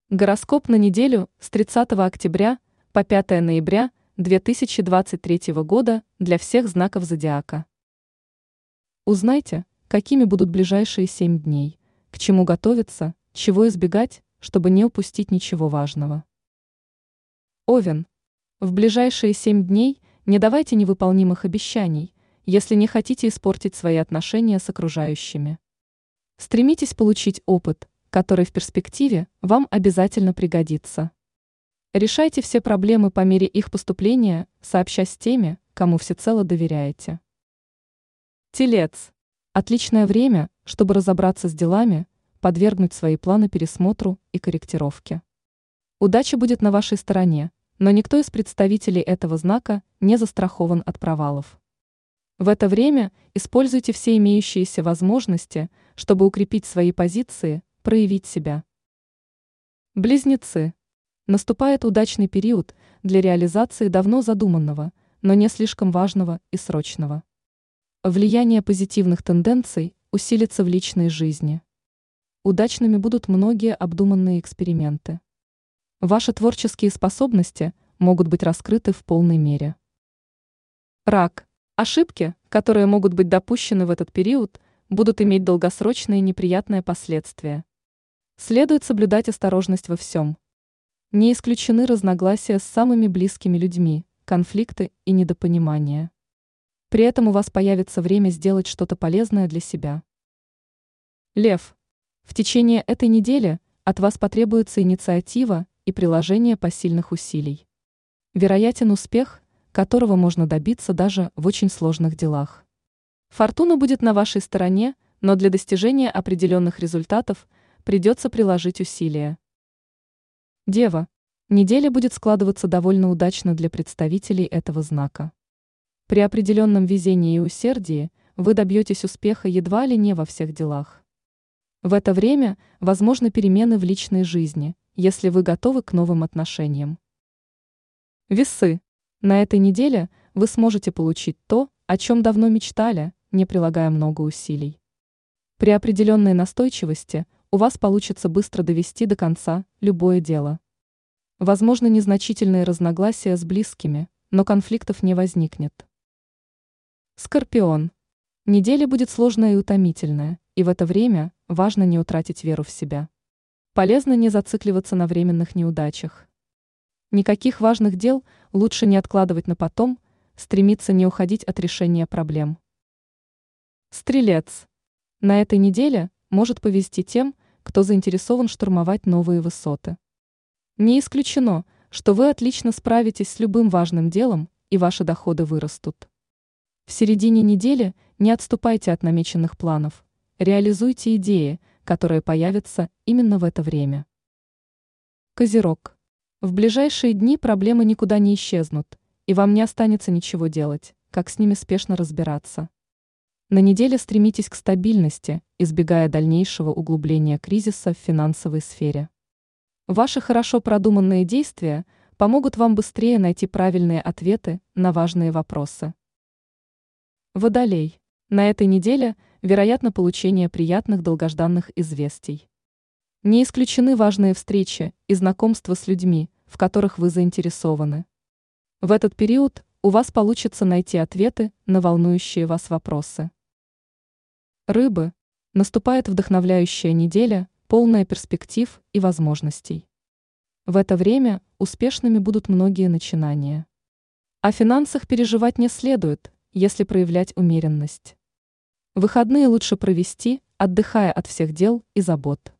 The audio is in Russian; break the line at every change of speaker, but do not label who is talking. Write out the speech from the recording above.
Гороскоп на неделю с 30 октября по 5 ноября 2023 года для всех знаков зодиака. Узнайте, какими будут ближайшие 7 дней, к чему готовиться, чего избегать, чтобы не упустить ничего важного. Овен. В ближайшие 7 дней не давайте невыполнимых обещаний, если не хотите испортить свои отношения с окружающими. Стремитесь получить опыт, который в перспективе вам обязательно пригодится. Решайте все проблемы по мере их поступления, сообща с теми, кому всецело доверяете. Телец. Отличное время, чтобы разобраться с делами, подвергнуть свои планы пересмотру и корректировке. Удача будет на вашей стороне, но никто из представителей этого знака не застрахован от провалов. В это время используйте все имеющиеся возможности, чтобы укрепить свои позиции, проявить себя. Близнецы. Наступает удачный период для реализации давно задуманного, но не слишком важного и срочного. Влияние позитивных тенденций усилится в личной жизни. Удачными будут многие обдуманные эксперименты. Ваши творческие способности могут быть раскрыты в полной мере. Рак. Ошибки, которые могут быть допущены в этот период, будут иметь долгосрочные неприятные последствия. Следует соблюдать осторожность во всем. Не исключены разногласия с самыми близкими людьми, конфликты и недопонимания. При этом у вас появится время сделать что-то полезное для себя. Лев. В течение этой недели от вас потребуется инициатива и приложение посильных усилий. Вероятен успех, которого можно добиться даже в очень сложных делах. Фортуна будет на вашей стороне, но для достижения определенных результатов придется приложить усилия. Дева. Неделя будет складываться довольно удачно для представителей этого знака. При определенном везении и усердии вы добьетесь успеха едва ли не во всех делах. В это время возможны перемены в личной жизни, если вы готовы к новым отношениям. Весы. На этой неделе вы сможете получить то, о чем давно мечтали, не прилагая много усилий. При определенной настойчивости у вас получится быстро довести до конца любое дело. Возможно, незначительные разногласия с близкими, но конфликтов не возникнет. Скорпион. Неделя будет сложная и утомительная, и в это время важно не утратить веру в себя. Полезно не зацикливаться на временных неудачах. Никаких важных дел лучше не откладывать на потом, стремиться не уходить от решения проблем. Стрелец. На этой неделе может повезти тем, кто заинтересован штурмовать новые высоты. Не исключено, что вы отлично справитесь с любым важным делом, и ваши доходы вырастут. В середине недели не отступайте от намеченных планов, реализуйте идеи, которые появятся именно в это время. Козерог. В ближайшие дни проблемы никуда не исчезнут, и вам не останется ничего делать, как с ними спешно разбираться. На неделе стремитесь к стабильности, избегая дальнейшего углубления кризиса в финансовой сфере. Ваши хорошо продуманные действия помогут вам быстрее найти правильные ответы на важные вопросы. Водолей. На этой неделе вероятно получение приятных долгожданных известий. Не исключены важные встречи и знакомства с людьми, в которых вы заинтересованы. В этот период у вас получится найти ответы на волнующие вас вопросы. Рыбы. Наступает вдохновляющая неделя, полная перспектив и возможностей. В это время успешными будут многие начинания. О финансах переживать не следует, если проявлять умеренность. Выходные лучше провести, отдыхая от всех дел и забот.